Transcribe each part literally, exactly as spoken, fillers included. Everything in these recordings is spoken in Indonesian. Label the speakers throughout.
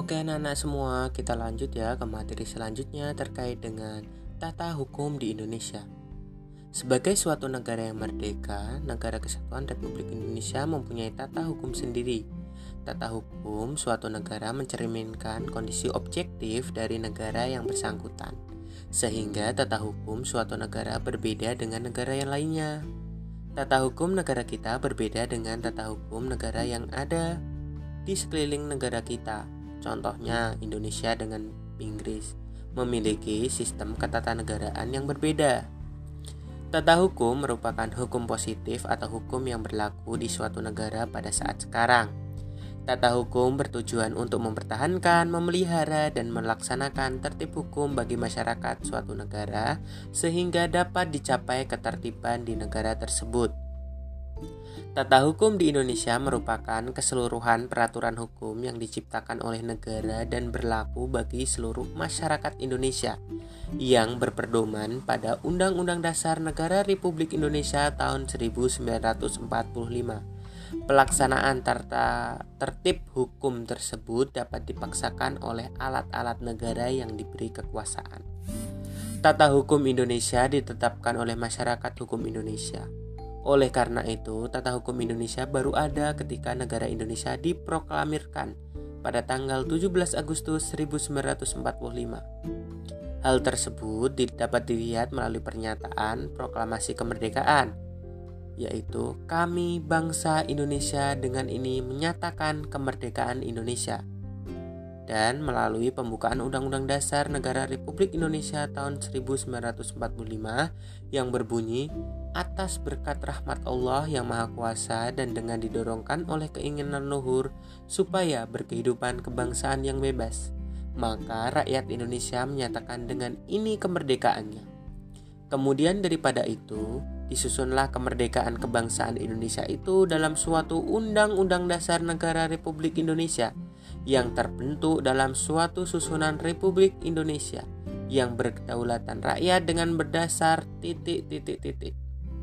Speaker 1: Oke anak-anak semua, kita lanjut ya ke materi selanjutnya terkait dengan tata hukum di Indonesia. Sebagai suatu negara yang merdeka, Negara Kesatuan Republik Indonesia mempunyai tata hukum sendiri. Tata hukum suatu negara mencerminkan kondisi objektif dari negara yang bersangkutan, sehingga tata hukum suatu negara berbeda dengan negara yang lainnya. Tata hukum negara kita berbeda dengan tata hukum negara yang ada di sekeliling negara kita. Contohnya Indonesia dengan Inggris memiliki sistem ketatanegaraan yang berbeda. Tata hukum merupakan hukum positif atau hukum yang berlaku di suatu negara pada saat sekarang. Tata hukum bertujuan untuk mempertahankan, memelihara, dan melaksanakan tertib hukum bagi masyarakat suatu negara sehingga dapat dicapai ketertiban di negara tersebut. Tata hukum di Indonesia merupakan keseluruhan peraturan hukum yang diciptakan oleh negara dan berlaku bagi seluruh masyarakat Indonesia yang berpedoman pada Undang-Undang Dasar Negara Republik Indonesia tahun seribu sembilan ratus empat puluh lima. Pelaksanaan tata tertib hukum tersebut dapat dipaksakan oleh alat-alat negara yang diberi kekuasaan. Tata hukum Indonesia ditetapkan oleh masyarakat hukum Indonesia. Oleh karena itu, tata hukum Indonesia baru ada ketika negara Indonesia diproklamirkan pada tanggal tujuh belas Agustus seribu sembilan ratus empat puluh lima. Hal tersebut dapat dilihat melalui pernyataan proklamasi kemerdekaan, yaitu kami bangsa Indonesia dengan ini menyatakan kemerdekaan Indonesia, dan melalui pembukaan Undang-Undang Dasar Negara Republik Indonesia tahun seribu sembilan ratus empat puluh lima yang berbunyi, atas berkat rahmat Allah yang Maha Kuasa dan dengan didorongkan oleh keinginan luhur supaya berkehidupan kebangsaan yang bebas, maka rakyat Indonesia menyatakan dengan ini kemerdekaannya. Kemudian daripada itu, disusunlah kemerdekaan kebangsaan Indonesia itu dalam suatu Undang-Undang Dasar Negara Republik Indonesia yang terbentuk dalam suatu susunan Republik Indonesia yang berkedaulatan rakyat dengan berdasar titik-titik-titik.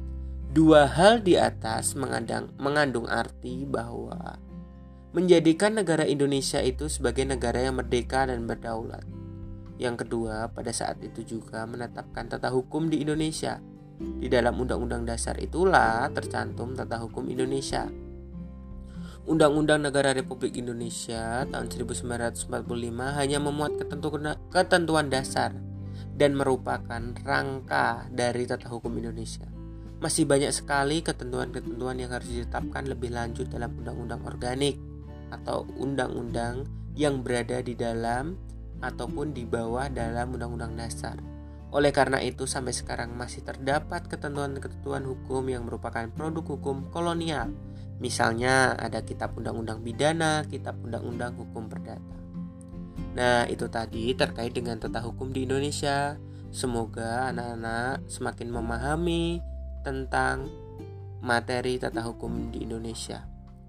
Speaker 1: Dua hal di atas mengandung, mengandung arti bahwa menjadikan negara Indonesia itu sebagai negara yang merdeka dan berdaulat. Yang kedua, pada saat itu juga menetapkan tata hukum di Indonesia. Di dalam Undang-Undang Dasar itulah tercantum tata hukum Indonesia. Undang-Undang Negara Republik Indonesia tahun seribu sembilan ratus empat puluh lima hanya memuat ketentuan, ketentuan dasar dan merupakan rangka dari tata hukum Indonesia. Masih banyak sekali ketentuan-ketentuan yang harus ditetapkan lebih lanjut dalam undang-undang organik atau undang-undang yang berada di dalam ataupun di bawah dalam undang-undang dasar. Oleh karena itu sampai sekarang masih terdapat ketentuan-ketentuan hukum yang merupakan produk hukum kolonial. Misalnya ada kitab undang-undang pidana, kitab undang-undang hukum perdata. Nah, itu tadi terkait dengan tata hukum di Indonesia. Semoga anak-anak semakin memahami tentang materi tata hukum di Indonesia.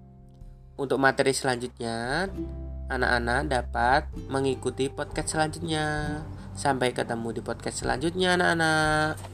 Speaker 1: Untuk materi selanjutnya, anak-anak dapat mengikuti podcast selanjutnya. Sampai ketemu di podcast selanjutnya anak-anak.